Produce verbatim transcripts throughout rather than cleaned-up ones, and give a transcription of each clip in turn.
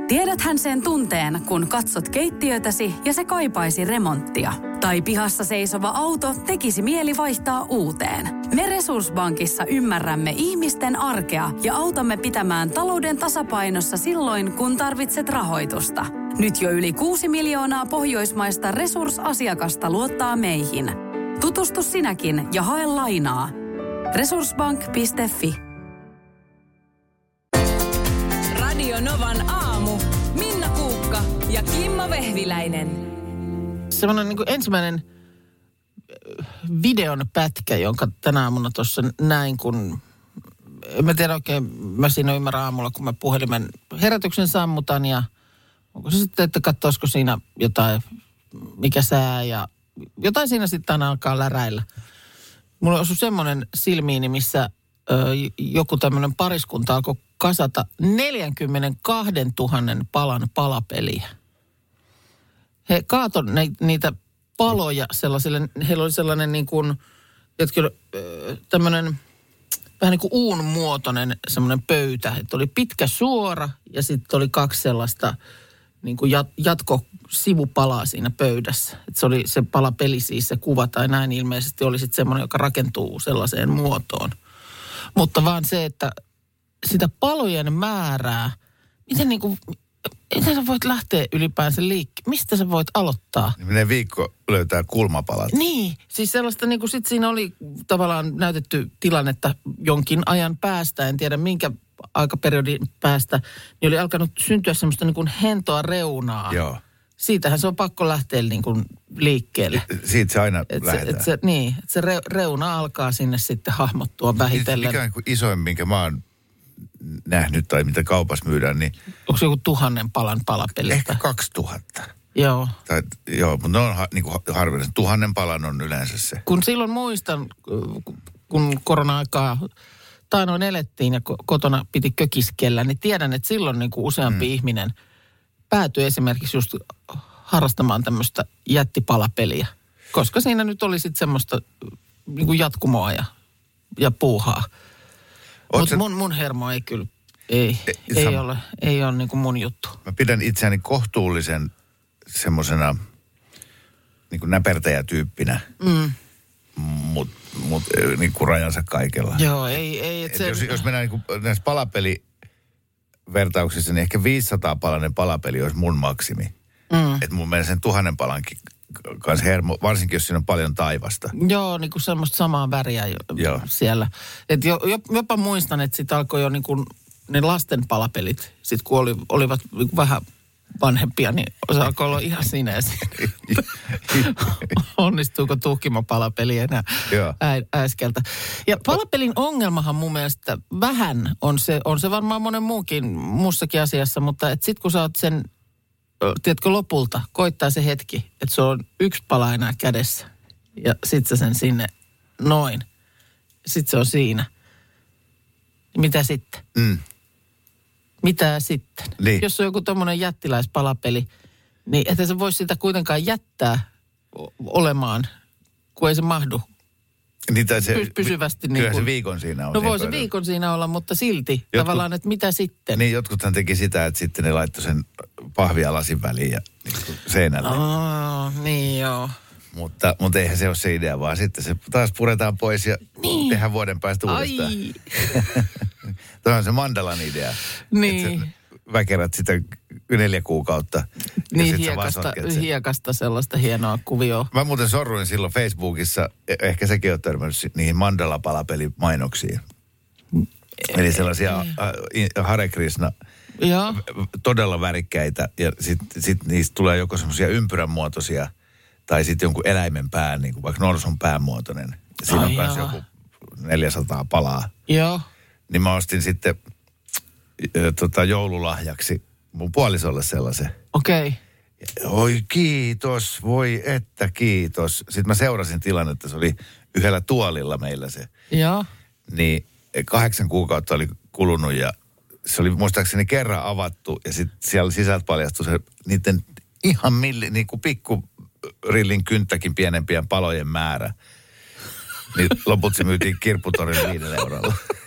Tiedäthän sen tunteen, kun katsot keittiötäsi ja se kaipaisi remonttia. Tai pihassa seisova auto tekisi mieli vaihtaa uuteen. Me Resurssbankissa ymmärrämme ihmisten arkea ja autamme pitämään talouden tasapainossa silloin, kun tarvitset rahoitusta. Nyt jo yli kuusi miljoonaa pohjoismaista resursasiakasta luottaa meihin. Tutustu sinäkin ja hae lainaa. resurssbank piste fi. Radio Novan aamu. Minna Kuukka ja Kimmo Vehviläinen. Semmoinen niin kuin ensimmäinen videon pätkä, jonka tänä aamuna tuossa näin, kun en mä tiedä oikein, mä siinä ymmärrän aamulla, kun mä puhelimen herätyksen sammutan ja onko se sitten, että katsoisiko siinä jotain, mikä sää ja jotain siinä sitten aina alkaa läräillä. Mulla osui semmoinen silmiini, missä ö, joku tämmöinen pariskunta alkoi kasata neljäkymmentäkaksituhatta palan palapeliä. He kaatoi ne, niitä paloja sellaiselle, heillä oli sellainen niin kuin, jotkin, tämmöinen vähän niin kuin uun muotoinen semmoinen pöytä. Että oli pitkä suora ja sitten oli kaksi sellaista niin kuin jat, jatkosivupalaa siinä pöydässä. Että se oli se palapeli siis se kuva tai näin ilmeisesti oli sitten semmoinen, joka rakentuu sellaiseen muotoon. Mutta vaan se, että sitä palojen määrää, miten niin kuin, miten sä voit lähteä ylipäänsä liikkeelle? Mistä sä voit aloittaa? Niminen viikko löytää kulmapalat. Niin, siis sellaista niin kuin sit siinä oli tavallaan näytetty tilannetta jonkin ajan päästä, en tiedä minkä aikaperiodin päästä, niin oli alkanut syntyä semmoista niin kuin hentoa reunaa. Joo. Siitähän se on pakko lähteä niin kuin liikkeelle. Siitä se aina et lähdetään. Se, et se, niin, että se re, reuna alkaa sinne sitten hahmottua vähitellen. Mikä on isoin, minkä mä oon nähnyt tai mitä kaupassa myydään, niin onko se joku tuhannen palan palapelistä? ehkä kaksi tuhatta. Joo. Tai, joo, mutta ne on ha, niin kuin harvinaisen. Tuhannen palan on yleensä se. Kun silloin muistan, kun korona-aikaa tai noin elettiin ja kotona piti kökiskellä, niin tiedän, että silloin niin kuin useampi mm. ihminen päätyi esimerkiksi just harrastamaan tämmöistä jättipalapeliä. Koska siinä nyt oli sitten semmoista niin kuin jatkumoa ja, ja puuhaa. Mutta mun, mun hermo ei kyllä, ei, e, ei sam- ole, ei ole niin kuin mun juttu. Mä pidän itseäni kohtuullisen semmosena niin kuin näpertäjätyyppinä, mm. mutta mut, niin kuin rajansa kaikella. Joo, ei, ei. Et et se... jos, jos mennään niin kuin näissä palapelivertauksissa, niin ehkä viisisataa palainen palapeli olisi mun maksimi. Mm. Että mun mielestä sen tuhannen palankin kanssa hermo, varsinkin jos siinä on paljon taivasta. Joo, niin kuin semmoista samaa väriä jo, Joo. siellä. Et jo, jopa muistan, että sitten alkoi jo niin kuin ne lasten palapelit, sitten kun oli, olivat niin kuin vähän vanhempia, niin se alkoi olla ihan sineäsi. Onnistuuko tuhkimopalapeli enää ä, äskeltä. Ja palapelin ongelmahan mun mielestä vähän on se, on se varmaan monen muukin muussakin asiassa, mutta sitten kun sä oot sen, tiedätkö, lopulta koittaa se hetki, että se on yksi pala enää kädessä ja sit sä sen sinne noin. Sitten se on siinä. Mitä sitten? Mm. Mitä sitten? Niin. Jos on joku tommonen jättiläispalapeli, niin että se voisi sitä kuitenkaan jättää olemaan, kun ei se mahdu niin se, Py, pysyvästi. Kyllä niin kuin, se viikon siinä on. No voi se viikon siinä olla, mutta silti jotkut, tavallaan, että mitä sitten? Niin, jotkuthan teki sitä, että sitten ne laittoi sen pahvia lasin väliin ja niin seinälle. Oh, niin joo. Mutta, mutta eihän se ole se idea, vaan sitten se taas puretaan pois ja niin. tehdään vuoden päästä uudestaan. Ai. Tuo on se Mandalan idea. Niin. Että väkerät sitä neljä kuukautta. Niin, hiekasta, hiekasta sellaista hienoa kuvioa. Mä muuten sorruin silloin Facebookissa, ehkä sekin on törmännyt niihin Mandala-palapelimainoksiin. Eli sellaisia äh, Hare Krishna, Joo. todella värikkäitä. Ja sitten sit niistä tulee joko semmoisia ympyränmuotoisia tai sitten jonkun eläimen pää, niin kuin vaikka norsun päämuotoinen. Siinä Ai on myös joku neljäsataa palaa. Joo. Niin mä ostin sitten tota, joululahjaksi mun puolisolle sellaisen. Okei. Okay. Oi kiitos, voi että kiitos. Sitten mä seurasin tilannetta, se oli yhdellä tuolilla meillä se. Joo. Niin kahdeksan kuukautta oli kulunut ja se oli muistaakseni kerran avattu ja sitten siellä sisältä paljastui se niiden ihan milli, niin kuin pikkurillin kynttäkin pienempien palojen määrä. Niin loput se myytiin kirpputorilla viidellä eurolla.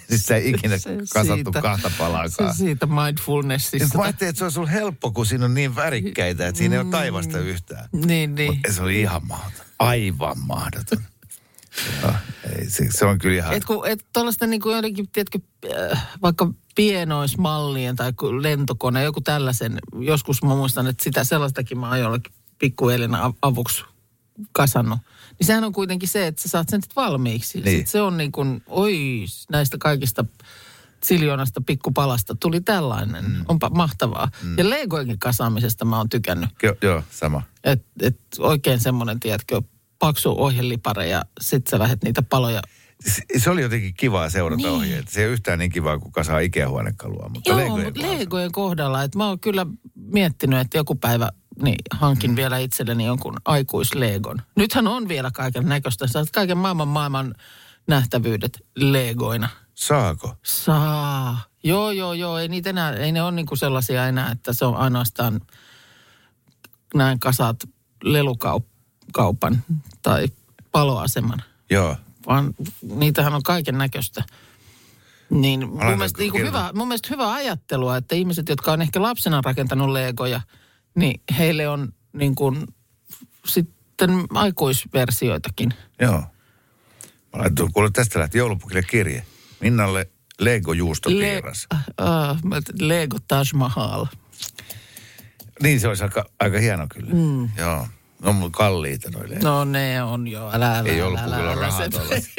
Siis sä ei ikinä Se kasattu siitä. kahta palaakaan. Se siitä mindfulnessista. Mä ajattelin, että se on sulla helppo, kun siinä on niin värikkäitä, että siinä ei ole taivasta yhtään. Niin, niin. Mutta se oli ihan mahdoton. Aivan mahdoton. No, ei, se, se on kyllä ihan... Et kun, et tuollaista niin kuin jotenkin, tiedätkö, äh, vaikka pienoismallien tai lentokone, joku tällaisen, joskus mä muistan, että sitä sellaistakin mä oon jollekin pikkuelina avuksi kasannut. Niin sehän on kuitenkin se, että sä saat sen sitten valmiiksi. Niin. Sitten se on niin kuin, oi, näistä kaikista siljoonasta pikkupalasta tuli tällainen. Mm. Onpa mahtavaa. Mm. Ja Legojenkin kasaamisesta mä oon tykännyt. Jo, joo, sama. Että et oikein semmoinen, tiedätkö, paksu ohjelipare ja sit sä lähdet niitä paloja. Se, se oli jotenkin kivaa seurata Niin. ohjeita. Se ei ole yhtään niin kivaa kuin kasaa Ikea-huonekalua. Mutta Joo, Legojen mutta kohdalla- Legojen kohdalla, että mä oon kyllä miettinyt, että joku päivä niin hankin mm. vielä itselleni jonkun aikuislegon. Nythän on vielä kaiken näköistä. Saat kaiken maailman maailman nähtävyydet Legoina. Saako? Saa. Joo, joo, joo. Ei niitä enää, ei ne ole niinku sellaisia enää, että se on ainoastaan näin kasat lelukaupan tai paloaseman. Joo. Vaan niitähän on kaiken näköistä. Niin mun laitan mielestä, niin kirjan. hyvä, mun mielestä hyvä ajattelua, että ihmiset, jotka on ehkä lapsena rakentanut legoja, niin heille on niin kuin sitten aikuisversioitakin. Joo. Mä laitoin, kuule tästä lähti joulupukille kirje. Minnalle Lego-juustopiiras. Le- äh, Lego Taj Mahal. Niin se olisi aika, aika hieno kyllä. Mm. Joo. No mun kalliita noi Lego. No ne on jo, älä, älä, Ei älä, joulupukilla älä, älä, rahaa se- tollaista.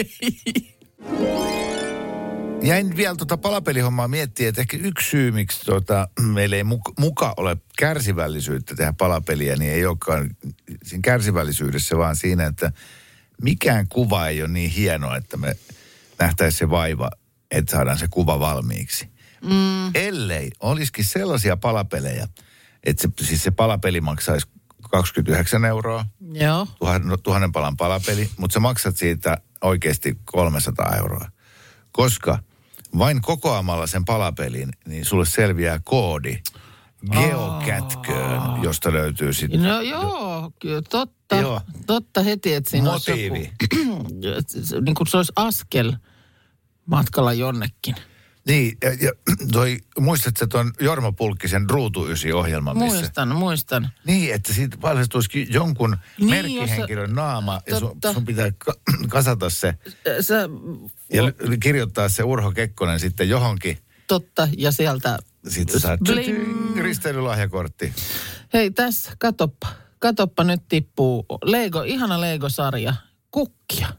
Jäin vielä tuota palapelihommaa miettiä, että ehkä yksi syy, miksi tuota, meillä ei muka, muka ole kärsivällisyyttä tehdä palapeliä, niin ei olekaan siinä kärsivällisyydessä, vaan siinä, että mikään kuva ei ole niin hieno, että me nähtäisiin se vaiva, että saadaan se kuva valmiiksi. Mm. Ellei olisikin sellaisia palapelejä, että se, siis se palapeli maksaisi kaksikymmentäyhdeksän euroa, Joo. tuhan, tuhannen palan palapeli, mutta sä maksat siitä oikeasti kolmesataa euroa. Koska vain kokoamalla sen palapelin, niin sulle selviää koodi geokätköön, josta löytyy sitten... No joo, kyllä totta. Joo. Totta heti, että siinä Motiivi. olisi joku, niin kuin se olisi askel matkalla jonnekin. Niin, ja, ja toi, muistatko tuon Jorma Pulkkisen Ruutu Ysi-ohjelman, missä... Muistan, muistan. Niin, että siitä valmistuisikin jonkun Niin, merkkihenkilön naama, ja sun, totta. sun pitää ka- kasata se, Sä, ja l- kirjoittaa se Urho Kekkonen sitten johonkin. totta, ja sieltä... Sitten saa Bling. risteilylahjakortti. Hei, tässä, katoppa. Katoppa, nyt tippuu Lego, ihana Lego-sarja. Kukkia.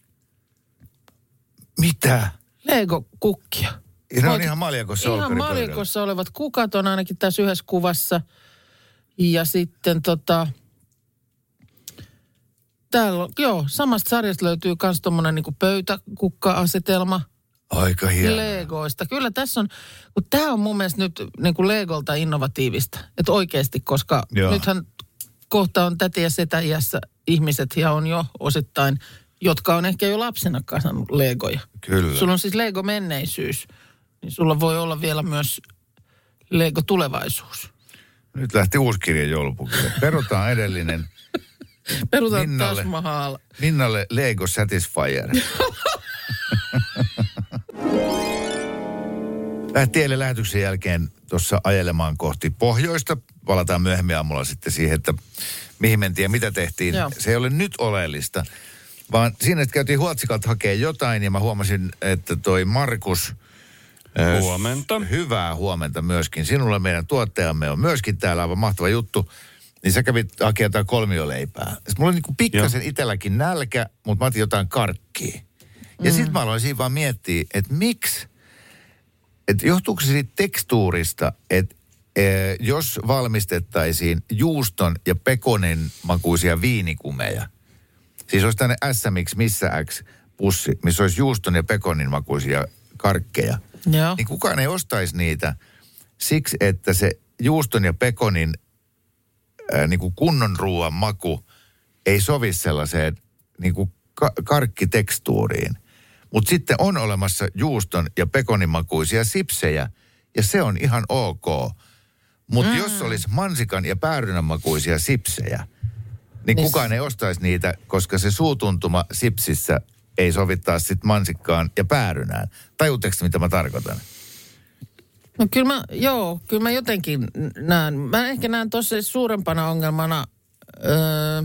Mitä? Lego-kukkia. Ja ne on Voit- ihan maljakossa Ihan olkkaripöydällä. maljakossa olevat kukat on ainakin tässä yhdessä kuvassa. Ja sitten tota... Täällä on, joo, samasta sarjasta löytyy myös tuommoinen niinku pöytäkukka-asetelma Aika hieno. Legoista. Kyllä tässä on, kun tämä on mun mielestä nyt niinku Legolta innovatiivista. Että oikeasti, koska Joo. nythän kohta on täti- ja setä-iässä ihmiset ja on jo osittain, jotka on ehkä jo lapsena kasannut Legoja. Kyllä. Sulla on siis Lego-menneisyys, niin sulla voi olla vielä myös Lego-tulevaisuus. Nyt lähti uusi kirja joulupukille. Perutaan edellinen. Perutaan Minnalle. Taj Mahal. Minnalle Lego Satisfyer. Lähtielle lähetyksen jälkeen tuossa ajelemaan kohti pohjoista. Palataan myöhemmin aamulla sitten siihen, että mihin mentiin ja mitä tehtiin. Joo. Se ei ole nyt oleellista, vaan siinä, että käytiin Huotsikalta hakea jotain ja mä huomasin, että toi Markus... ö, Huomenta. Hyvää huomenta myöskin. Sinulle meidän tuottajamme on myöskin täällä aivan mahtava juttu. Niin sä kävit hakemaan jotain kolmioleipää. Sitten mulla oli niinku pikkasen itselläkin nälkä, mutta mä otin jotain karkkia. Ja mm. sitten mä aloin siinä vaan miettiä, että miksi, että johtuuko se siitä tekstuurista, että e, jos valmistettaisiin juuston ja pekonin makuisia viinikumeja, siis olisi tänne S M X missä X pussi, missä olisi juuston ja pekonin makuisia karkkeja, Joo. niin kukaan ei ostaisi niitä siksi, että se juuston ja pekonin ää, niin kuin kunnon ruoan maku ei sovi sellaiseen niin kuin ka- karkkitekstuuriin. Mutta sitten on olemassa juuston ja pekonin makuisia sipsejä, ja se on ihan ok. Mutta mm. jos olisi mansikan ja päärynän makuisia sipsejä, niin Niin kukaan ei ostaisi niitä, koska se suutuntuma sipsissä ei sovittaa sitten mansikkaan ja päärynään. Tajuutteko mitä mä tarkoitan? No kyllä mä, joo, kyllä mä jotenkin näen. Mä ehkä näen tuossa suurempana ongelmana, öö,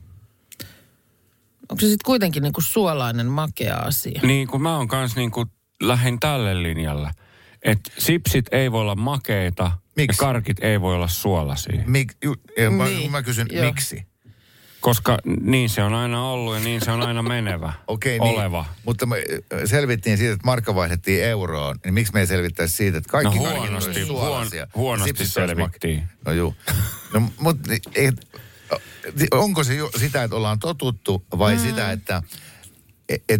onko se sitten kuitenkin niinku suolainen makea asia? Niin, kun mä oon kans niinku lähdin tälle linjalle. Että sipsit ei voi olla makeita Miksi? ja karkit ei voi olla suolaisia. Mik, ju, ja mä, Niin, mä kysyn, joo. miksi? Koska niin se on aina ollut ja niin se on aina menevä. Okei, niin. Oleva. Mutta me selvittiin siitä, että markka vaihdettiin euroon. Niin miksi me ei selvittäisi siitä, että kaikki No karkit huonosti, olisi huon, suolaisia? huonosti Sipsit olisi selvittiin. make- No juu. No, mutta onko se jo sitä, että ollaan totuttu vai mm. sitä, että et, et,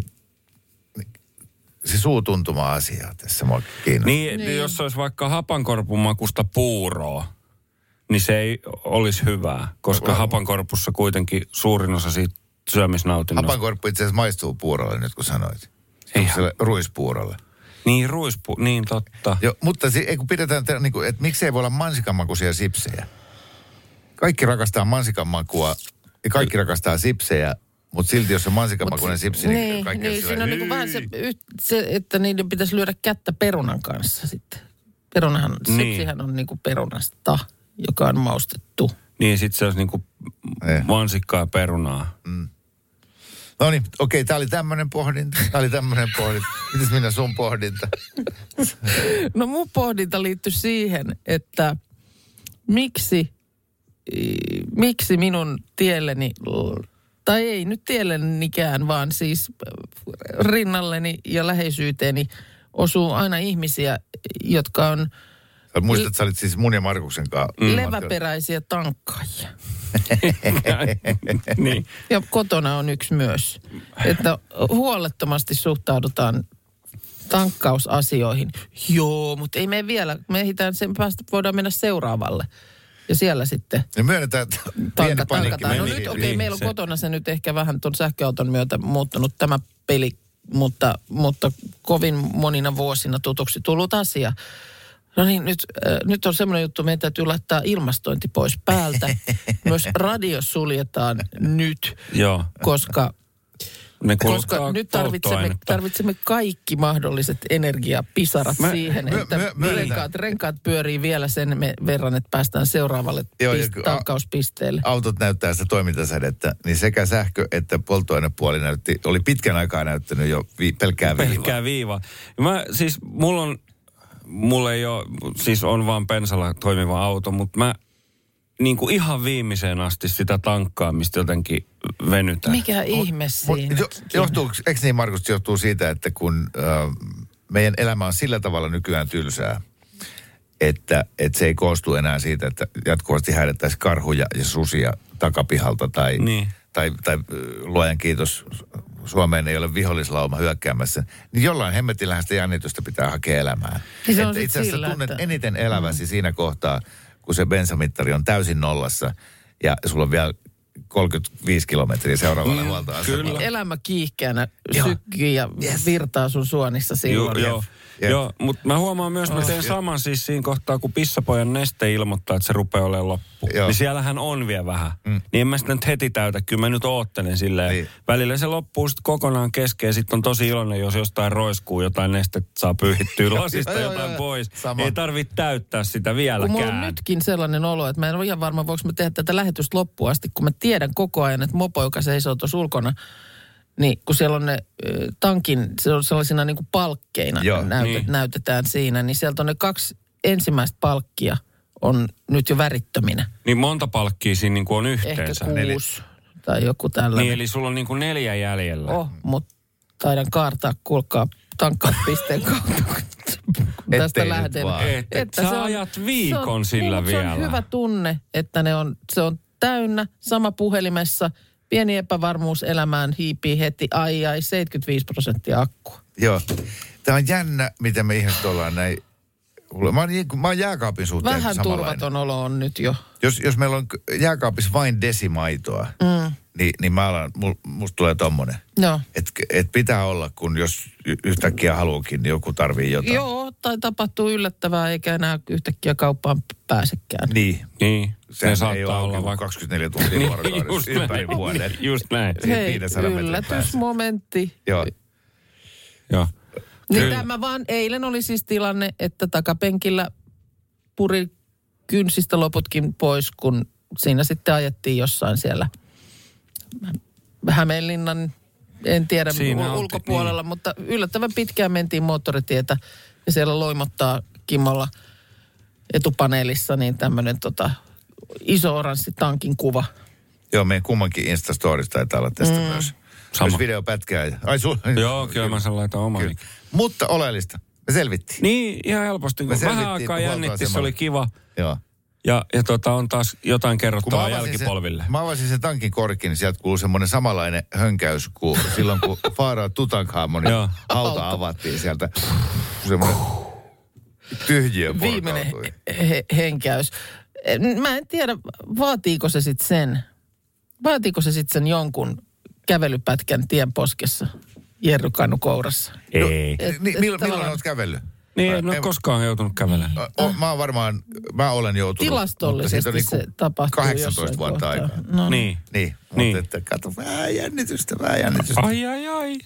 se suutuntuma-asia tässä mua kiinnostaa. Niin, niin, jos olisi vaikka hapankorpun makusta puuroa, niin se ei olisi hyvää, koska No, hapankorpussa kuitenkin suurin osa siitä syömisnautinnosta. Hapankorppu itse asiassa maistuu puurolle nyt, kun sanoit. Eihän. Sille ruispuurolle. Niin, ruispu, niin totta. Jo, mutta si, ei kun pidetään, te, niin kuin, että miksei voi olla mansikanmakuisia sipsejä. Kaikki rakastaa mansikanmakua ja kaikki rakastaa sipsejä, mutta silti jos on mansikanmakuinen sipsi, niin, niin, kaikki niin on siinä on sillä, niinku vähän se, se, että niiden pitäisi lyödä kättä perunan kanssa sitten. Perunahan, Niin. sipsihän on niinku perunasta, joka on maustettu. Niin, sitten se olisi niinku Eh. mansikkaa ja perunaa. No niin, okei, tää oli tämmönen pohdinta, tää oli tämmönen pohdinta. Mitäs minä sun pohdinta? No mun pohdinta liittyy siihen, että miksi, miksi minun tielleni, tai ei nyt tiellenikään, vaan siis rinnalleni ja läheisyyteeni osuu aina ihmisiä, jotka on Sä muistat, että sä olit siis mun ja Markuksen kanssa. mm. leväperäisiä tankkaajia. Niin. Ja kotona on yksi myös. Että huolettomasti suhtaudutaan tankkausasioihin. Joo, mutta ei me vielä. Me ehditään sen päästä, voidaan mennä seuraavalle. Ja siellä sitten Ja myönnetään, että pieni tanka, paniikki tankataan. No meni. nyt okei, niin, meillä on se- kotona se nyt ehkä vähän tuon sähköauton myötä muuttunut tämä peli, mutta, mutta kovin monina vuosina tutuksi tullut asia. No niin, nyt, äh, nyt on semmoinen juttu, meidän täytyy laittaa ilmastointi pois päältä. Myös radio suljetaan nyt, Joo. koska, Ne koska kuluttaa nyt tarvitsemme, polttoainetta. tarvitsemme kaikki mahdolliset energiapisarat Mä- siihen, myö- että myö- myönnetään. renkaat, renkaat pyörii vielä sen me verran, että päästään seuraavalle Joo, ja pist- kun- tankkauspisteelle. Autot näyttää sitä toimintasädettä, niin sekä sähkö- että polttoainepuoli näytti, oli pitkän aikaa näyttänyt jo vi, pelkkää viivaa. Pelkkää viivaa. Mä siis, mulla on, mulla ei ole, siis on vaan bensalla toimiva auto, mutta mä niin kuin ihan viimeiseen asti sitä tankkaamista jotenkin venytään. Mikä ihme Mut siinä? jo, johtuu, eikö niin Markus, se johtuu siitä, että kun äh, meidän elämä on sillä tavalla nykyään tylsää, että, että se ei koostu enää siitä, että jatkuvasti häidettäisiin karhuja ja susia takapihalta tai, Niin. tai, tai äh, luojan kiitos, Suomeen ei ole vihollislauma hyökkäämässä, niin jollain hemmetillähän sitä jännitystä pitää hakea elämään. Niin se on Että sit itse asiassa sillä, tunnet että- eniten eläväsi mm. siinä kohtaa, kun se bensamittari on täysin nollassa ja sulla on vielä kolmekymmentäviisi kilometriä seuraavalle mm, huoltoasemalle. kyllä. Elämä kiihkeänä Joo. sykkii ja Yes. virtaa sun suonissa silloin. Joo, joo. Jep. Joo, mutta mä huomaan myös, mä teen saman siis siinä kohtaa, kun pissapojan neste ilmoittaa, että se rupeaa olemaan loppu. Joo. Niin siellähän on vielä vähän. Mm. Niin en mä sitä nyt heti täytä, kyllä mä nyt oottelen silleen. Niin. Välillä se loppuu sitten kokonaan kesken ja sitten on tosi iloinen, jos jostain roiskuu jotain nestettä saa pyyhittyä lasista Joo, joo, jotain joo. pois. Sama. Ei tarvitse täyttää sitä Kun vieläkään. mulla on nytkin sellainen olo, että mä en ole ihan varma, voiko mä tehdä tätä lähetystä loppuun asti, kun mä tiedän koko ajan, että mopo, joka seisoo tuossa ulkona, niin kun siellä on ne ö, tankin, se on sellaisina niin kuin palkkeina Joo, näytet, niin. näytetään siinä, niin sieltä on ne kaksi ensimmäistä palkkia on nyt jo värittöminä. Niin monta palkkia siinä niin kuin on Ehkä yhteensä. kuusi tai joku tällainen. Niin, eli sulla on niin kuin neljä jäljellä. Oh, mutta taidan kaartaa, kuulkaa, tankkauspisteen kautta, kun tästä nyt lähden. vaan. Et, et sä se on- ajat viikon se on, sillä niin, vielä. Se on hyvä tunne, että ne on, se on täynnä, sama puhelimessa, pieni epävarmuus elämään hiipii heti, ai ai, seitsemänkymmentäviisi prosenttia akkua. Joo. Tämä on jännä, miten me ihmiset ollaan näin. Mä oon, niin kuin- mä oon jääkaapin suhteen Vähän samanlainen. turvaton olo on nyt jo. Jos, jos meillä on jääkaapissa vain desimaitoa, mm. niin, niin mä alan, mul, musta tulee tommonen. Joo. Että et pitää olla, kun jos y- yhtäkkiä haluukin, niin joku tarvii jotain. Joo, tai tapahtuu yllättävää, eikä enää yhtäkkiä kauppaan pääsekään. Niin. Niin. Sehän saattaa ei ole olla auki vaikka kaksikymmentäneljä tuntia vuorokaudessa just ympäri näin, vuoden. just näin. Siinä Hei, viisisataa metrin päässä. yllätysmomentti. Joo. Joo. Niin Kyllä. tämä vaan, eilen oli siis tilanne, että takapenkillä puri kynsistä loputkin pois, kun siinä sitten ajettiin jossain siellä Hämeenlinnan, en tiedä, Siinä ul- oltiin, ulkopuolella, niin. mutta yllättävän pitkään mentiin moottoritietä ja siellä loimottaa Kimmolla etupaneelissa niin tämmöinen tota, iso oranssi tankin kuva. Joo, meidän kummankin Instastorissa taitaa olla tästä mm. myös. Sama. Myös videopätkää. Ai su... Joo, kyllä mä sen laitan oman. Kyllä. Mutta oleellista. Me selvittiin. Niin, ihan helposti. Me Kun vähän selvittiin aikaa jännitti, se oli kiva. Joo. Ja, ja tota, on taas jotain Kun mä kerrottavaa avasin jälkipolville. Sen, mä avasin sen tankin korkin, niin sieltä kuului semmoinen samanlainen hönkäys kuin silloin, kun Faarao Tutankhamonin Joo. hauta avattiin sieltä. Semmoinen tyhjiö Viimeinen purkautui. he- henkäys. Mä en tiedä, vaatiiko se sitten sen, vaatiiko se sitten sen jonkun kävelypätkän tien poskessa, jerrykannu kourassa. Ei. Et- Ni, et milloin, milloin tavallaan- olet kävellyt? Niin, Mä- en ole en- koskaan joutunut kävelemään. O, mä oon varmaan, mä olen joutunut. Tilastollisesti mutta siitä on se tapahtuu kahdeksantoista jossain vuotta kohtaa. aikaa. No, Niin. Niin, mutta Niin. että kato, vähän jännitystä, vähän jännitystä. Ai, ai, ai.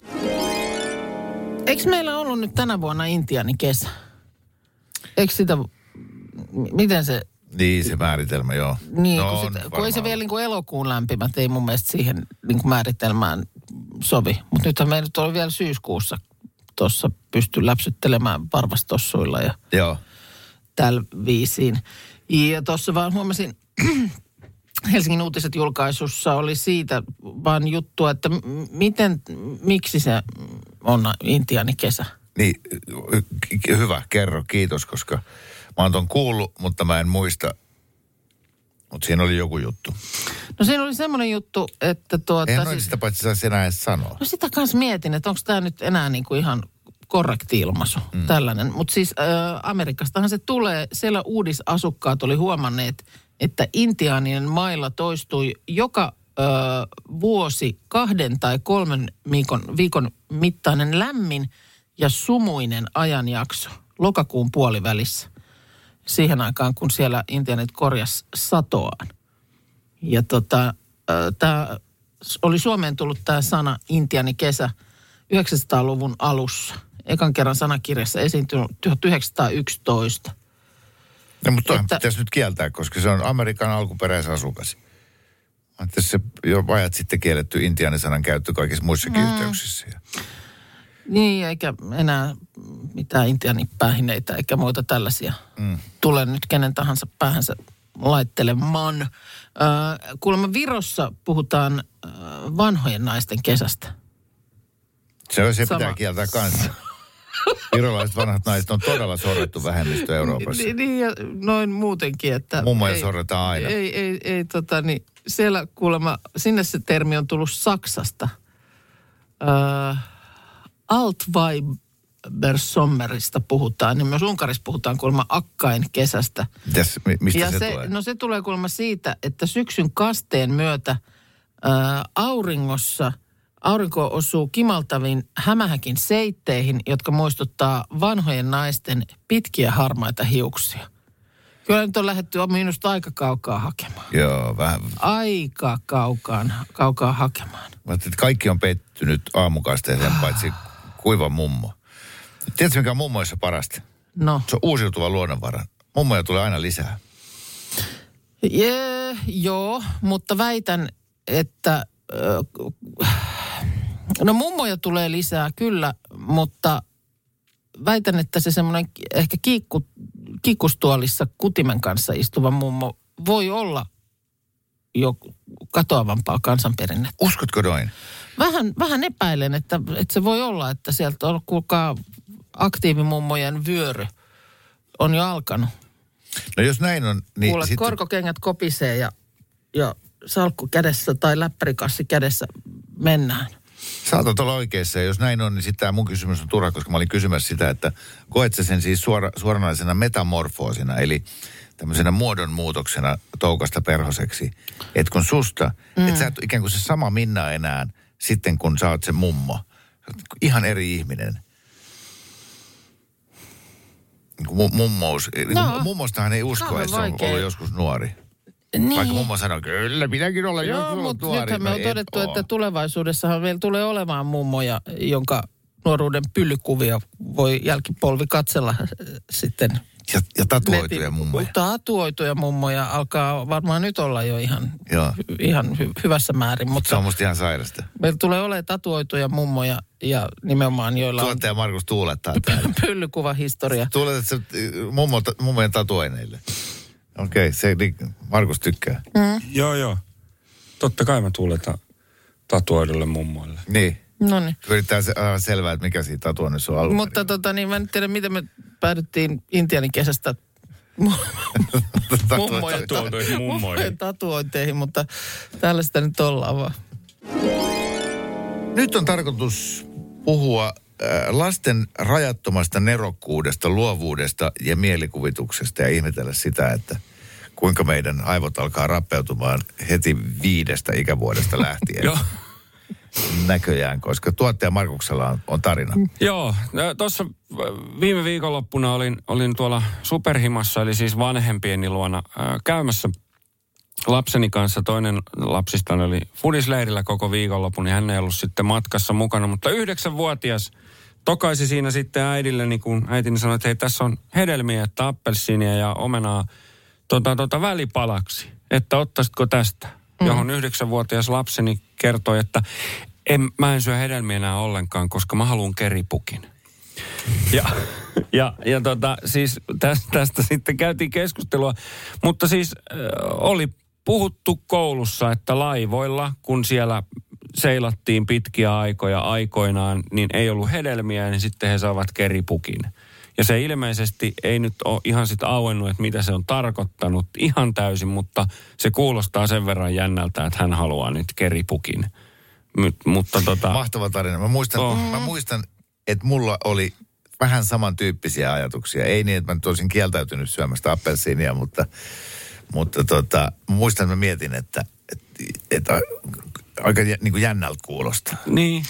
Eikö meillä ollut nyt tänä vuonna Intianin kesä? Eikö sitä, m- miten se, Niin, se määritelmä, joo. niin, no, kun, on sit, kun ei varmaan se vielä ollut. niin kuin elokuun lämpimät, ei mun mielestä siihen niin kuin määritelmään sovi. Mutta nythän me nyt oli vielä syyskuussa tuossa pysty läpsyttelemään varvastossuilla ja Joo. tällä viisiin. Ja tuossa vaan huomasin, Helsingin uutiset julkaisussa oli siitä vaan juttua, että m- miten, miksi se on Intianin kesä. Niin, hy- hyvä, kerro, kiitos, koska mä oon ton kuullut, mutta mä en muista. Mutta siinä oli joku juttu. No siinä oli semmoinen juttu, että tuota... Eihän noin sitä paitsi saisi enää edes sanoa. No sitä kanssa mietin, että onko tämä nyt enää niinku ihan korrekti ilmaisu, mm. tällainen. Mutta siis äh, Amerikastahan se tulee, siellä uudisasukkaat oli huomanneet, että intiaanien mailla toistui joka äh, vuosi kahden tai kolmen viikon, viikon mittainen lämmin ja sumuinen ajanjakso lokakuun puolivälissä. Siihen aikaan, kun siellä intiaanit korjas satoaan. Ja tota, äh, tämä oli Suomeen tullut tämä sana intiaanikesä yhdeksänsataaluvun alussa. Ekan kerran sanakirjassa esiintynyt tuhatyhdeksänsataayksitoista. No, mutta toihan Että- pitäisi nyt kieltää, koska se on Amerikan alkuperäisasukas. Että se jo ajat sitten kielletty intiaanisanan käyttö kaikissa muissakin mm. yhteyksissä. Niin, eikä enää mitään intiaanipäähineitä eikä muita tällaisia mm. tule nyt kenen tahansa päähänsä laittelemaan. Äh, kuulemma Virossa puhutaan äh, vanhojen naisten kesästä. Se, se Sama. pitää kieltää kanssa. Virolaiset vanhat naiset on todella sorrettu vähemmistö Euroopassa. Niin, niin ja noin muutenkin, että... Mummoja ei- sorretaan aina. Ei, ei, ei tota niin, siellä kuulemma, sinne se termi on tullut Saksasta. Äh, Altweibersommerista puhutaan, niin myös Unkarissa puhutaan kuulemma akkain kesästä. Mitäs, mi- mistä ja se, se, tulee? no se tulee kuulemma siitä, että syksyn kasteen myötä ää, auringossa, aurinko osuu kimaltaviin hämähäkin seitteihin, jotka muistuttaa vanhojen naisten pitkiä harmaita hiuksia. Kyllä nyt on lähdetty minusta aika kaukaa hakemaan. Joo, vähän. Aika kaukaan, kaukaa hakemaan. Mä ajattelin, että kaikki on pettynyt aamukasteeseen, paitsi kuiva mummo. Tiedätkö, mikä on mummoissa parasta? No, Se on uusiutuva luonnonvara. Mummoja tulee aina lisää. Jee, joo, mutta väitän, että äh, no mummoja tulee lisää kyllä, mutta väitän, että se semmoinen ehkä kiikku, kiikkustuolissa kutimen kanssa istuva mummo voi olla jo katoavampaa kansanperinnettä. Uskotko noin? Vähän, vähän epäilen, että, että se voi olla, että sieltä on, kuulkaa, aktiivimummojen vyöry on jo alkanut. No jos näin on, niin Kuule, sitten... korkokengät kopisee ja, ja salkku kädessä tai läppärikassi kädessä mennään. Saatat olla oikeassa, ja jos näin on, niin sitten tämä mun kysymys on turha, koska mä olin kysymässä sitä, että koet sä sen siis suora, suoranaisena metamorfoosina, eli tämmöisenä muodonmuutoksena toukasta perhoseksi. Että kun susta, mm. että sä et ikään kuin se sama Minna enää sitten, kun sä oot se mummo. Sä oot ihan eri ihminen. Niin kuin mu- mummous. No, Mummostahan ei usko, kauhean että se on vaikea. ollut joskus nuori. Niin. Vaikka mummo sanoo, kyllä minäkin olen Joo, joskus ollut mutta nuori. nythän me No on et todettu, oo. että tulevaisuudessahan vielä tulee olemaan mummoja, jonka nuoruuden pyllykuvia voi jälkipolvi katsella äh, sitten. Ja, ja tatuoituja netin- mummoja. Tatuoituja mummoja alkaa varmaan nyt olla jo ihan, Joo. hy, ihan hy, hyvässä määrin, Se mutta on musta ihan sairasta. meillä tulee olemaan tatuoituja mummoja ja nimenomaan joilla on Tuottaja Markus tuulettaa täällä. pyllykuvahistoria. Tuuletat se mummo, mummojen tatuoineille. Okei, okay, se niin, Markus tykkää. Joo, joo. Totta kai mä tuuletan tatuoidulle mummoille. Niin. No niin. Yrittää se, äh, selvää, että mikä siinä tatuoinnissa on alun Mutta tota niin, mä en tiedä, miten me päädyttiin Intianin kesästä mummojen, Tatuoituihin mummoihin. mummojen tatuointeihin, mutta tällaista nyt ollaan vaan. Nyt on tarkoitus puhua äh, lasten rajattomasta nerokkuudesta, luovuudesta ja mielikuvituksesta ja ihmetellä sitä, että kuinka meidän aivot alkaa rappeutumaan heti viidestä ikävuodesta lähtien. Joo. Näköjään, koska tuottaja Markuksella on, on tarina. Joo, tuossa viime viikonloppuna olin, olin tuolla Superhimassa, eli siis vanhempieni luona ää, käymässä lapseni kanssa. Toinen lapsista oli fudisleirillä koko viikonlopun, niin hän ei ollut sitten matkassa mukana. Mutta yhdeksänvuotias tokaisi siinä sitten äidilleni, kun äitini sanoi, että hei, tässä on hedelmiä, että appelsiinia ja omenaa tota, tota, välipalaksi. Että ottaisitko tästä? Mm. Johon yhdeksänvuotias lapseni kertoi, että en, mä en syö hedelmiä enää ollenkaan, koska mä haluan keripukin. Ja, ja, ja tota, siis tästä, tästä sitten käytiin keskustelua, mutta siis äh, oli puhuttu koulussa, että laivoilla, kun siellä seilattiin pitkiä aikoja aikoinaan, niin ei ollut hedelmiä, niin sitten he saavat keripukin. Ja se ilmeisesti ei nyt ole ihan sit auennut, että mitä se on tarkoittanut ihan täysin, mutta se kuulostaa sen verran jännältä, että hän haluaa nyt keripukin. M- mutta tota... Mahtava tarina. Mä muistan, Oh. mä muistan, että mulla oli vähän samantyyppisiä ajatuksia. Ei niin, että mä nyt olisin kieltäytynyt syömästä appelsiinia, mutta, mutta tota, mä muistan, että mä mietin, että, että, että aika niin kuin jännältä kuulostaa. Niin.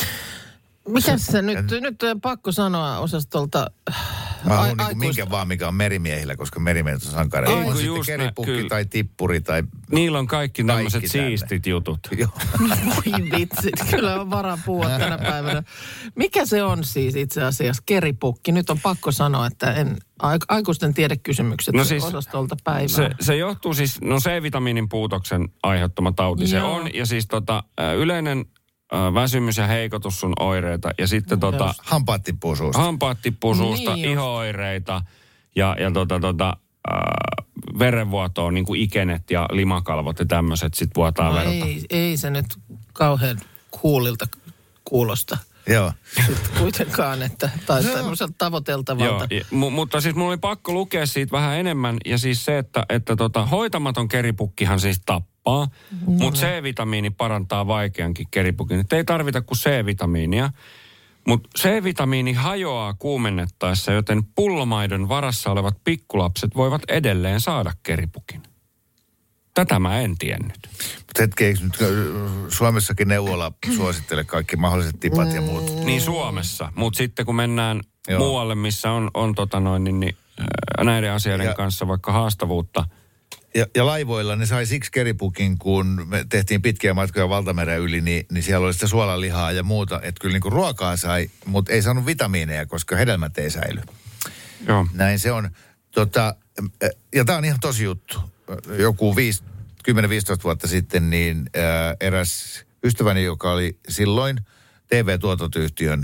Mikäs se nyt, nyt on pakko sanoa osastolta Mä haluan ai- niin aikuista- minkä vaan, mikä on merimiehillä, koska merimiehet on sankareita. Ei, On kun sitten just nä- keripukki kyllä. tai tippuri tai... Niillä on kaikki tämmöiset Kaikki tänne. siistit jutut. Joo. Voi vitsit, kyllä on varaa puhua tänä päivänä. Mikä se on siis itse asiassa keripukki? Nyt on pakko sanoa, että en, aik- aikuisten tiedekysymykset No no siis siis, osastolta päivää. Se, se johtuu siis, no C-vitamiinin puutoksen aiheuttama tauti se Joo. on. Ja siis tota, ä, yleinen ä, väsymys ja heikotus on oireita. Ja sitten tota, Hampaat tippuu suusta. hampaat tippuu suusta, Niin just. iho-oireita ja, ja tota, tota, ää, verenvuotoa, niin kuin ikenet ja limakalvot ja tämmöiset sit vuotaa no verta. ei, ei se nyt kauhean kuulilta kuulosta Joo. sitten kuitenkaan, että, tai tämmöiseltä tavoiteltavalta. Joo, ja, mu, mutta siis mulla oli pakko lukea siitä vähän enemmän. Ja siis se, että, että tota, hoitamaton keripukkihan siis tappaa, no. mutta C-vitamiini parantaa vaikeankin keripukin. Et ei tarvita kuin C-vitamiinia. Mutta C-vitamiini hajoaa kuumennettaessa, joten pullomaidon varassa olevat pikkulapset voivat edelleen saada keripukin. Tätä mä en tiennyt. Mutta hetki, eikö nyt äh, Suomessakin neuvola suosittele kaikki mahdolliset tipat ja muut? Niin Suomessa, mutta sitten kun mennään Joo. muualle, missä on, on tota noin, niin, niin, ää, näiden asioiden Ja- kanssa vaikka haastavuutta. Ja, ja laivoilla ne sai siksi keripukin, kun me tehtiin pitkiä matkoja valtameren yli, niin, niin siellä oli sitä suolalihaa ja muuta. Että kyllä niin kuin ruokaa sai, mutta ei saanut vitamiineja, koska hedelmät ei säily. Joo. Näin se on. Tota, ja tämä on ihan tosi juttu. Joku kymmenen viisitoista vuotta sitten, niin ää, eräs ystäväni, joka oli silloin T V-tuotantoyhtiön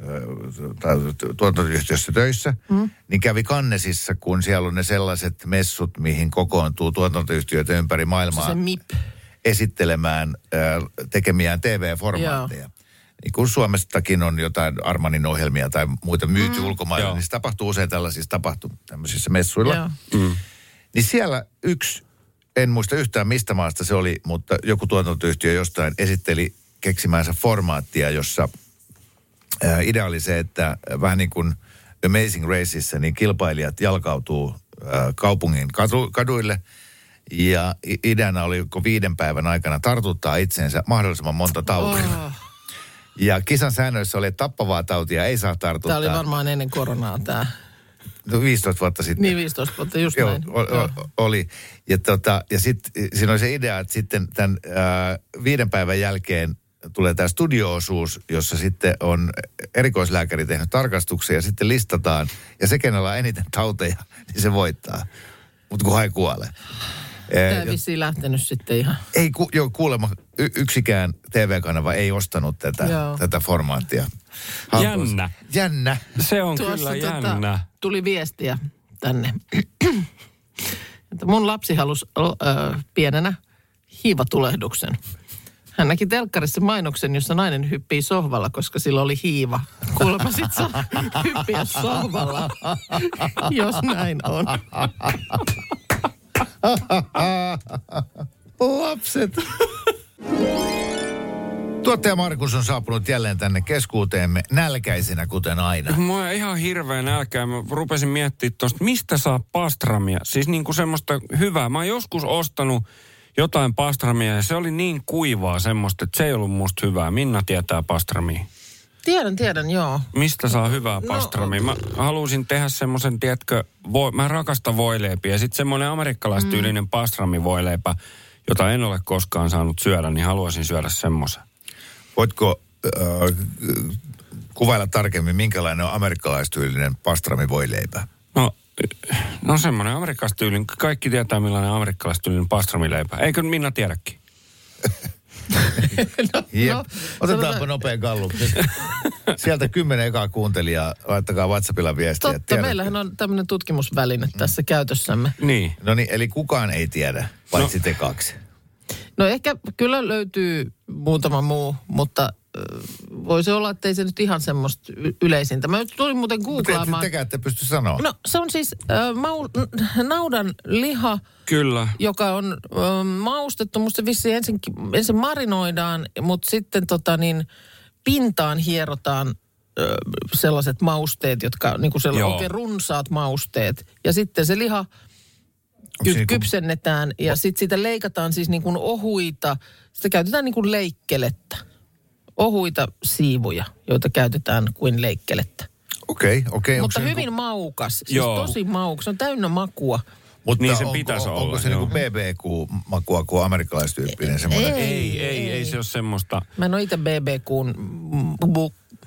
tuotantoyhtiössä töissä, mm. niin kävi Cannesissa, kun siellä on ne sellaiset messut, mihin kokoontuu tuotantoyhtiöitä ympäri maailmaa Se M I P. esittelemään ää, tekemiään T V-formaatteja. Niin kun Suomestakin on jotain Armanin ohjelmia tai muita myyty mm. ulkomailla, Joo. niin se tapahtuu usein tällaisissa tapahtuu tämmöisissä messuilla. Joo. Mm. Niin siellä yksi, en muista yhtään mistä maasta se oli, mutta joku tuotantoyhtiö jostain esitteli keksimäänsä formaattia, jossa ää, idea oli se, että vähän niin kuin Amazing Raceissa, niin kilpailijat jalkautuu ää, kaupungin kadu, kaduille. Ja i- ideana oli joko viiden päivän aikana tartuttaa itseensä mahdollisimman monta tautia. Oh. Ja kisan säännöissä oli, että tappavaa tautia ei saa tartuttaa. Tämä oli varmaan ennen koronaa tämä. no viisitoista vuotta sitten. Niin viisitoista vuotta, just Joo, näin. o, o, oli. Ja, tota, ja sitten siinä oli se idea, että sitten tämän ää, viiden päivän jälkeen tulee tämä studio-osuus, jossa sitten on erikoislääkäri tehnyt tarkastuksen ja sitten listataan. Ja se, kenellä on eniten tauteja, niin se voittaa. Mutta kun ei kuole. Tämä ei vissiin lähtenyt sitten ihan. Ei, ku, joo, kuulemma y- yksikään T V-kanava ei ostanut tätä, tätä formaattia. Haltuus. Jännä. Jännä. Se on Tuossa kyllä tota, jännä. tuli viestiä tänne, että mun lapsi halusi äh, pienenä hiivatulehduksen. Hän näki telkkarissa mainoksen, jossa nainen hyppii sohvalla, koska sillä oli hiiva. Kuulemma sit saa hyppiä sohvalla, jos näin on. Lapset. Tuottaja Markus on saapunut jälleen tänne keskuuteemme nälkäisenä, kuten aina. Mulla on ihan hirveä nälkää. Mä rupesin miettimään tuosta, mistä saa pastramia. Siis niinku semmoista hyvää. Mä oon joskus ostanut jotain pastramia ja se oli niin kuivaa semmoista, että se ei ollut musta hyvää. Minna tietää pastramia. Tiedän, tiedän, joo. Mistä saa hyvää No, pastramia? Mä halusin tehdä semmoisen, tiedätkö, voi, mä rakastan voileipiä. Ja sitten semmoinen amerikkalaistyylinen mm. pastramivoileipä, jota en ole koskaan saanut syödä, niin haluaisin syödä semmoisen. Voitko äh, kuvailla tarkemmin, minkälainen on amerikkalaistyylinen pastramivoileipä? No, no semmoinen amerikkalaistyylinen. Kaikki tietää, millainen amerikkalaistyylinen pastramileipä. Eikö Minna tiedäkin? no, Jep. no, Otetaanpa sanotaan, nopea gallup. Sieltä kymmenen ekaa kuuntelijaa. Laittakaa WhatsAppilla viestiä. totta, Tiedätkö? meillähän on tämmöinen tutkimusväline tässä käytössämme. Niin. No niin, eli kukaan ei tiedä, paitsi no. te kaksi. No ehkä kyllä löytyy muutama muu, mutta äh, voisi olla, että ei se nyt ihan semmoista y- yleisintä. Mä nyt tulin muuten googlaamaan. Te, tekään ette pysty sanoa. No se on siis äh, mau, naudan liha, Kyllä. joka on äh, maustettu. Musta vissiin ensin, ensin marinoidaan, mutta sitten tota niin, pintaan hierotaan äh, sellaiset mausteet, jotka niin kuin sellaiset oikein runsaat mausteet. Ja sitten se liha ky- niin kuin kypsennetään ja sitten siitä leikataan siis niin kuin ohuita, sitä käytetään niin kuin leikkelettä. Ohuita siivuja, joita käytetään kuin leikkelettä. Okei, okay, okei. Okay. Mutta hyvin niinku maukas, siis Joo. tosi maukas, se on täynnä makua. Mutta Niin se onko, pitäisi onko olla, se joo. niinku B B Q-makua kuin amerikkalaistyyppinen semmoinen? Ei. Ei, ei, ei se ole semmoista. Mä en ole itse B B Q:n bu-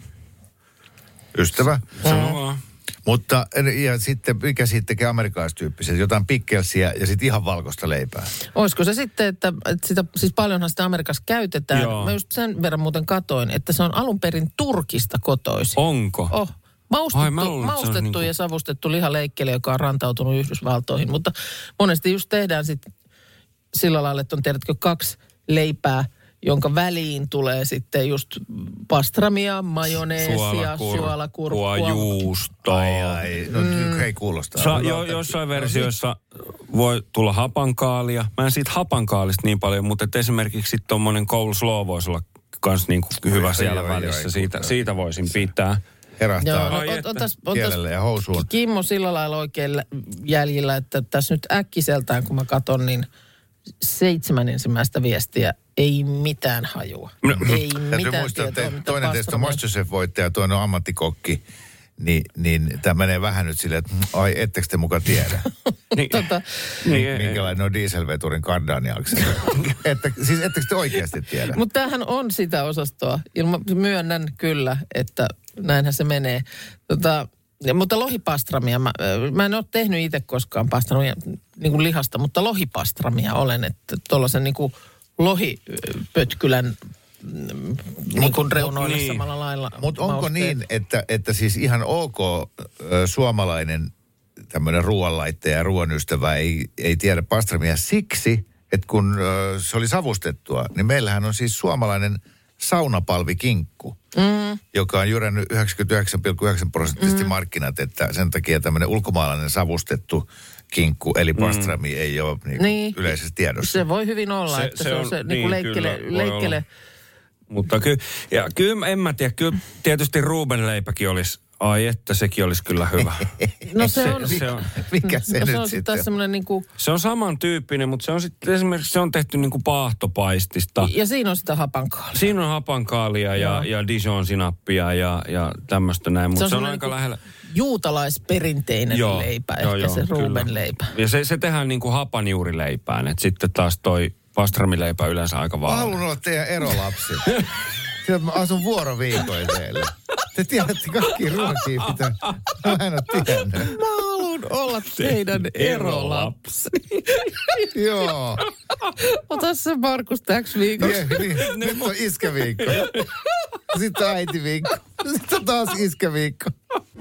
Ystävä. Sano vaan. Mutta ja sitten mikä siitä tekee amerikkalaistyyppiset? Jotain pikkelsiä ja sitten ihan valkoista leipää. Olisiko se sitten, että, että sitä, siis paljonhan sitä Amerikassa käytetään. Joo. Mä just sen verran muuten katoin, että se on alun perin Turkista kotoisin. Onko? Oh. Maustettu, Ai, mä luulen, että se on maustettu niinku- ja savustettu lihaleikkele, joka on rantautunut Yhdysvaltoihin. Mutta monesti just tehdään sitten sillä lailla, että on tiedätkö kaksi leipää, jonka väliin tulee sitten just pastramia, majoneesia, suolakurkkua. juustoa. Ai ai, no mm. ei kuulostaa. Sa, jo, jossain versioissa voi tulla hapankaalia. Mä en siitä hapankaalista niin paljon, mutta et esimerkiksi sitten tommonen coleslaw voisi olla kans niinku hyvä Ai, siellä ai, välissä. ai, siitä, ai. siitä voisin pitää. Herähtää Joo, no, Ai on, että. on täs, on kielelle täs ja housuun. Kimmo sillä lailla oikein lä- jäljillä, että tässä nyt äkkiseltään, kun mä katson, niin seitsemän ensimmäistä viestiä, ei mitään hajua. No. Ei Täytyy mitään muistaa, tietoa, että mitä toinen teistä on pastrami- MasterChef-voittaja, toinen on ammattikokki. Niin, niin tämä menee vähän nyt silleen, että ai, ettekö te muka tiedä, Niin, Tota, niin, ei- minkälainen on dieselveturin kardaniakseli. että, siis ettekö te oikeasti tiedä? Mutta tämähän on sitä osastoa. Ilma, myönnän kyllä, että näinhän se menee. Tota, ja, mutta lohipastramia, mä, mä en ole tehnyt itse koskaan pastramia niin kuin lihasta, mutta lohipastramia olen. Että tuollaisen niin kuin lohipötkylän mm, niin kuin reunoille niin. samalla lailla. Mutta onko mausteet. niin, että, että siis ihan ok ö, suomalainen tämmöinen ruoanlaittaja ja ruoan ystävä ei, ei tiedä pastramia siksi, että kun ö, se oli savustettua, niin meillähän on siis suomalainen saunapalvikinkku, mm. joka on jyrännyt yhdeksänkymmentäyhdeksän pilkku yhdeksän prosenttisesti mm. markkinat, että sen takia tämmöinen ulkomaalainen savustettu kinkku, eli pastrami, mm. ei ole niin Niin. yleisesti tiedossa. Se voi hyvin olla, Se- että se, se se on on- se niin niin, kuin leikkele, kyllä, voi leikkele. Mutta kyllä, ja kyllä en mä tiedä, kyllä tietysti Ruben leipäkin olisi Ai että, sekin olisi kyllä hyvä. No se on... Se on, Mikä se no, nyt se on sitten taas semmoinen niinku... se on samantyyppinen, mutta se on sitten esimerkiksi se on tehty niinku paahtopaistista. Ja siinä on sitä hapankaalia. Siinä on hapankaalia ja, ja Dijon-sinappia ja, ja tämmöistä näin, mutta se on, se on aika niinku lähellä. Juutalaisperinteinen Joo, leipä, joo, ehkä joo, se kyllä. ruubenleipä. Ja se, se tehdään niinku hapanjuurileipään, että sitten taas toi pastramileipä yleensä aika Mä vaalea. haluan olla teidän erolapsi. Sillä mä asun vuoroviikoin teille. Te tiedätte kaikki ruokia, mitä mä en ole tiennyt. Mä haluan olla teidän erolapsi. Joo. Ota se Markus täksi viikoksi. Ja, niin, nyt on iskäviikko. Sitten on äitiviikko. Sitten on taas iskäviikko.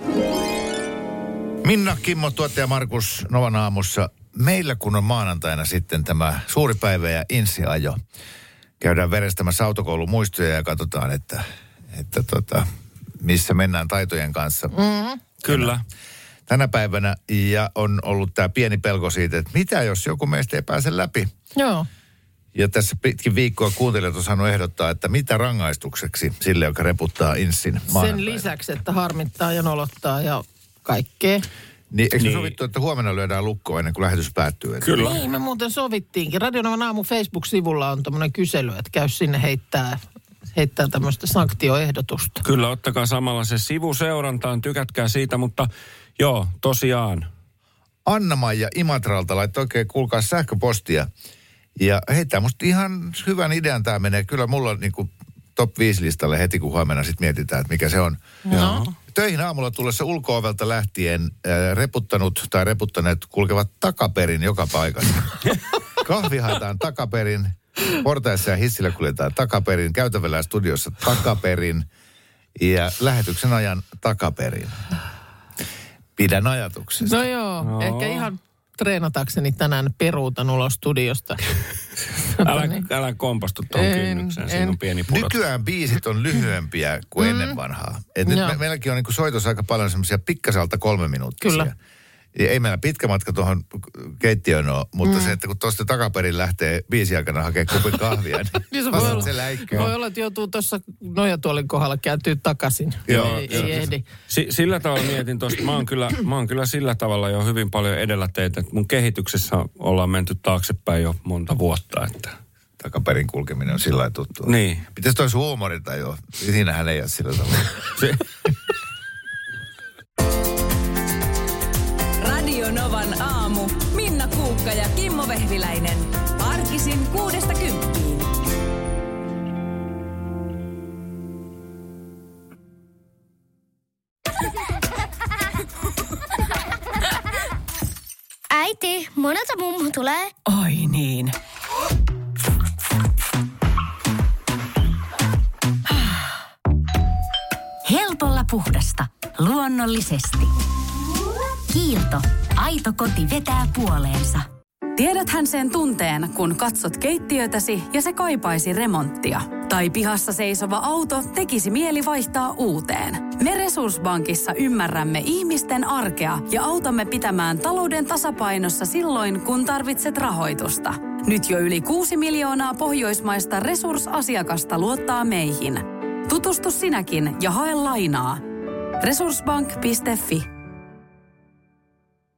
Minna, Kimmo, tuottaja Markus Novan aamussa. Meillä kun on maanantaina sitten tämä suuri päivä ja insiajo. Käydään verestämässä autokoulun muistoja ja katsotaan, että, että tota, missä mennään taitojen kanssa. Mm-hmm. Kyllä. Tänä päivänä ja on ollut tämä pieni pelko siitä, että mitä jos joku meistä ei pääse läpi. Joo. Ja tässä pitkin viikkoa kuuntelijat on saanut ehdottaa, että mitä rangaistukseksi sille, joka reputtaa inssin maanantaina. Sen lisäksi, että harmittaa ja nolottaa ja kaikkea. Niin, eikö Niin. me sovittu, että huomenna lyödään lukkoon ennen kuin lähetys päättyy? Että Kyllä. Niin, me muuten sovittiinkin. Radionovan aamu Facebook-sivulla on tämmöinen kysely, että käy sinne heittää, heittää tämmöistä sanktioehdotusta. Kyllä, ottakaa samalla se sivu seurantaan, tykätkää siitä, mutta joo, tosiaan. Anna-Maija Imatralta laittoi oikein, kuulkaa, sähköpostia. Ja heittää musta ihan hyvän idean tämä menee. Kyllä mulla on niin kuin top viisi listalle heti, kun huomenna sitten mietitään, että mikä se on. No. Töihin aamulla tullessa ulko-ovelta lähtien äh, reputtanut tai reputtaneet kulkevat takaperin joka paikassa. Kahvi haetaan takaperin, portaissa ja hissillä kuljetaan takaperin, käytävällä ja studiossa takaperin ja lähetyksen ajan takaperin. Pidän ajatuksesta. No joo, No. ehkä ihan treenatakseni tänään peruutan ulos studiosta. Älä, älä kompastu tuon En, kynnykseen, siinä en. on pieni pudot. Nykyään biisit on lyhyempiä kuin mm. ennen vanhaa. Et nyt me, meilläkin on niinku soitossa aika paljon semmoisia pikkasalta kolme minuuttia. Kyllä. Ja ei meillä pitkä matka tuohon keittiöön ole, mutta mm. se, että kun tuosta takaperin lähtee biisin aikana hakemaan kupin kahvia, niin, Niin se vasta voi olla, se läikkyy. voi olla, että joutuu tuossa nojatuolin kohdalla kääntyy takaisin. Joo, ei, joo. ei ehdi. Si- sillä tavalla mietin tuosta, mä oon, kyllä, mä oon kyllä sillä tavalla jo hyvin paljon edellä teitä, että mun kehityksessä ollaan menty taaksepäin jo monta vuotta, että... Takaperin kulkeminen on sillä lailla tuttua. Niin. Pitäisi toi sun huumori tai joo. Siinähän ei ole sillä tavalla. Se, Radio Novan aamu. Minna Kuukka ja Kimmo Vehviläinen. Arkisin kuudesta kymppiin. Äiti, monelta mummu tulee? Oi niin. Helpolla puhdasta. Luonnollisesti. Kiilto. Aito koti vetää puoleensa. Tiedäthän sen tunteen, kun katsot keittiötäsi ja se kaipaisi remonttia. Tai pihassa seisova auto tekisi mieli vaihtaa uuteen. Me Resurssbankissa ymmärrämme ihmisten arkea ja autamme pitämään talouden tasapainossa silloin, kun tarvitset rahoitusta. Nyt jo yli kuusi miljoonaa pohjoismaista resursasiakasta luottaa meihin. Tutustu sinäkin ja hae lainaa. resurssbank piste fi